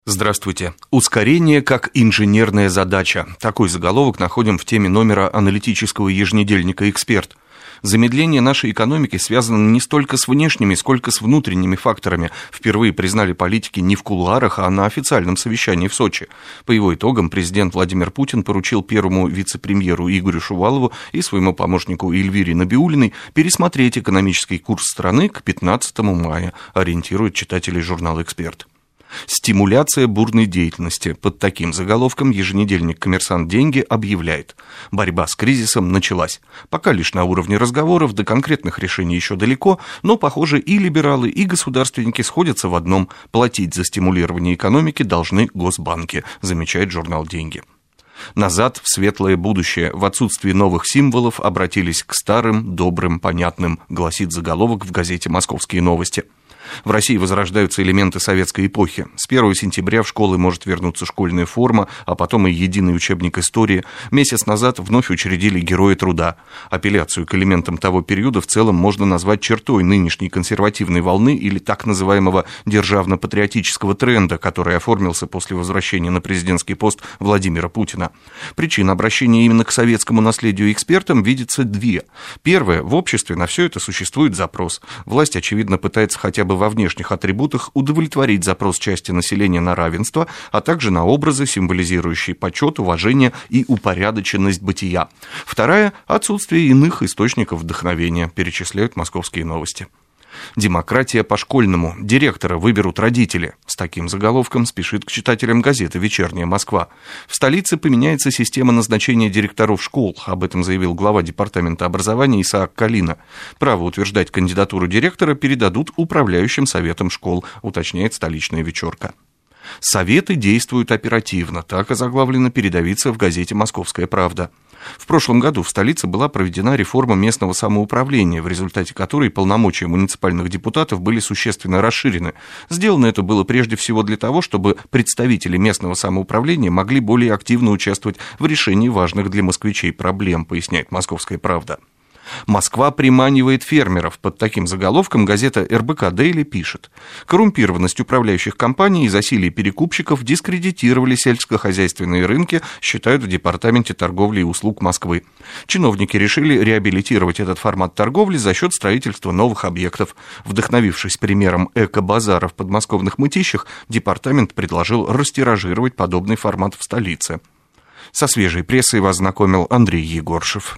Здравствуйте. Ускорение как инженерная задача. Такой заголовок находим в теме номера аналитического еженедельника «Эксперт». Замедление нашей экономики связано не столько с внешними, сколько с внутренними факторами. Впервые признали политики не в кулуарах, а на официальном совещании в Сочи. По его итогам президент Владимир Путин поручил первому вице-премьеру Игорю Шувалову и своему помощнику Эльвире Набиуллиной пересмотреть экономический курс страны к 15 мая, ориентирует читателей журнала «Эксперт». Стимуляция бурной деятельности. Под таким заголовком еженедельник «Коммерсант. Деньги» объявляет: борьба с кризисом началась. Пока лишь на уровне разговоров, до конкретных решений еще далеко, но, похоже, и либералы, и государственники сходятся в одном: платить за стимулирование экономики должны госбанки, замечает журнал «Деньги». Назад в светлое будущее. В отсутствии новых символов обратились к старым, добрым, понятным, гласит заголовок в газете «Московские новости». В России возрождаются элементы советской эпохи. С 1 сентября в школы может вернуться школьная форма, а потом и единый учебник истории. Месяц назад вновь учредили Героя труда. Апелляцию к элементам того периода в целом можно назвать чертой нынешней консервативной волны или так называемого державно-патриотического тренда, который оформился после возвращения на президентский пост Владимира Путина. Причин обращения именно к советскому наследию экспертам видится две. Первое: в обществе на все это существует запрос. Власть, очевидно, пытается хотя бы во внешних атрибутах удовлетворить запрос части населения на равенство, а также на образы, символизирующие почет, уважение и упорядоченность бытия. Вторая – отсутствие иных источников вдохновения, перечисляют «Московские новости». Демократия по-школьному. Директора выберут родители. С таким заголовком спешит к читателям газеты «Вечерняя Москва». В столице поменяется система назначения директоров школ. Об этом заявил глава департамента образования Исаак Калина. Право утверждать кандидатуру директора передадут управляющим советам школ, уточняет столичная «Вечерка». Советы действуют оперативно. Так озаглавлена передовица в газете «Московская правда». В прошлом году в столице была проведена реформа местного самоуправления, в результате которой полномочия муниципальных депутатов были существенно расширены. Сделано это было прежде всего для того, чтобы представители местного самоуправления могли более активно участвовать в решении важных для москвичей проблем, поясняет «Московская правда». Москва приманивает фермеров. Под таким заголовком газета РБК Дейли пишет: коррумпированность управляющих компаний и засилие перекупщиков дискредитировали сельскохозяйственные рынки, считают в Департаменте торговли и услуг Москвы. Чиновники решили реабилитировать этот формат торговли за счет строительства новых объектов. Вдохновившись примером эко-базара в подмосковных Мытищах, департамент предложил растиражировать подобный формат в столице. Со свежей прессой вас знакомил Андрей Егоршев.